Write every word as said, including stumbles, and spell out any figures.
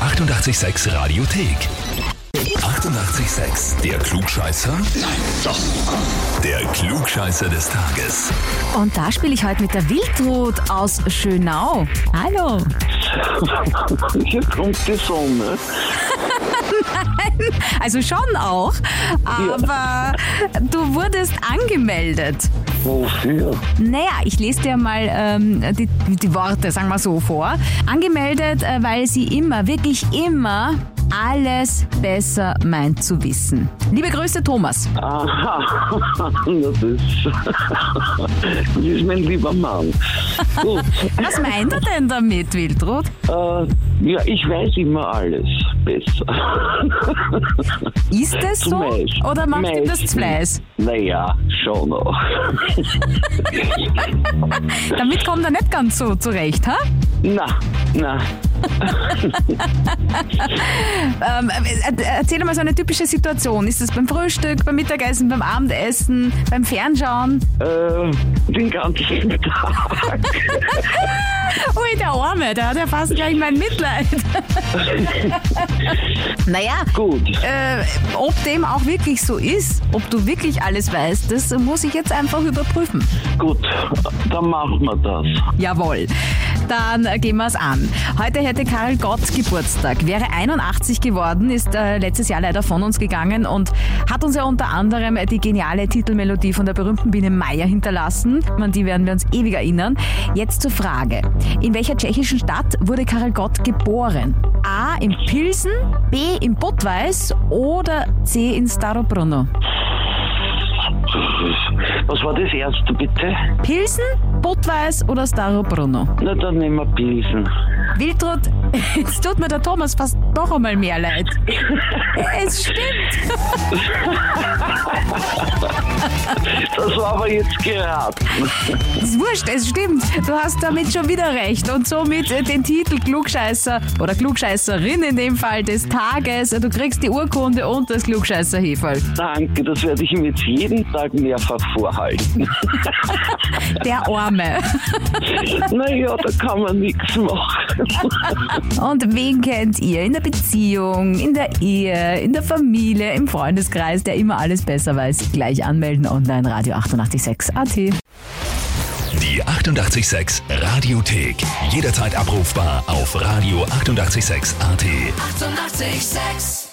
achtundachtzig Komma sechs Radiothek. achtundachtzig Komma sechs. Der Klugscheißer? Nein, doch. Der Klugscheißer des Tages. Und da spiele ich heute mit der Wiltrud aus Schönau. Hallo. Hier kommt die Sonne. Nein, also schon auch, aber ja. Du wurdest angemeldet. Wofür? Naja, ich lese dir mal ähm, die, die Worte, sagen wir so, vor. Angemeldet, äh, weil sie immer, wirklich immer alles besser meint zu wissen. Liebe Grüße, Thomas. Aha, das ist, das ist mein lieber Mann. Gut. Was meint er denn damit, Wiltrud? Äh, ja, ich weiß immer alles besser. Ist es so? Meist, Oder macht ihm das zu Fleiß? Naja, schon auch. Damit kommt er nicht ganz so zurecht, ha? Na, na. ähm, erzähl mal so eine typische Situation. Ist das beim Frühstück, beim Mittagessen, beim Abendessen, beim Fernschauen? Äh, den ganzen Tag. Ui, der Arme, der hat ja fast gleich mein Mitleid. Naja, gut. Äh, ob dem auch wirklich so ist, ob du wirklich alles weißt, das muss ich jetzt einfach überprüfen. Gut, dann machen wir das. Jawohl. Dann gehen wir es an. Heute hätte Karel Gott Geburtstag, wäre einundachtzig geworden, ist äh, letztes Jahr leider von uns gegangen und hat uns ja unter anderem die geniale Titelmelodie von der berühmten Biene Meier hinterlassen. An die werden wir uns ewig erinnern. Jetzt zur Frage. In welcher tschechischen Stadt wurde Karel Gott geboren? A. in Pilsen, B. in Budweis oder C. in Starobrno? Was war das erste, bitte? Pilsen, Budweis oder Starobrno? Na, dann nehmen wir Pilsen. Wiltrud, jetzt tut mir der Thomas fast noch einmal mehr leid. Es stimmt. Das war aber jetzt geraten. Ist wurscht, es stimmt. Du hast damit schon wieder recht. Und somit den Titel Klugscheißer oder Klugscheißerin in dem Fall des Tages. Du kriegst die Urkunde und das Klugscheißer-Heferl. Danke, das werde ich ihm jetzt jeden Tag mehrfach vorhalten. Der Arme. Naja, da kann man nichts machen. Und wen kennt ihr in der Beziehung, in der Ehe, in der Familie, im Freundeskreis, der immer alles besser weiß? Gleich anmelden online Radio achtundachtzig Komma sechs A T. Die achtundachtzig Komma sechs Radiothek. Jederzeit abrufbar auf Radio achtundachtzig Komma sechs A T. achtundachtzig Komma sechs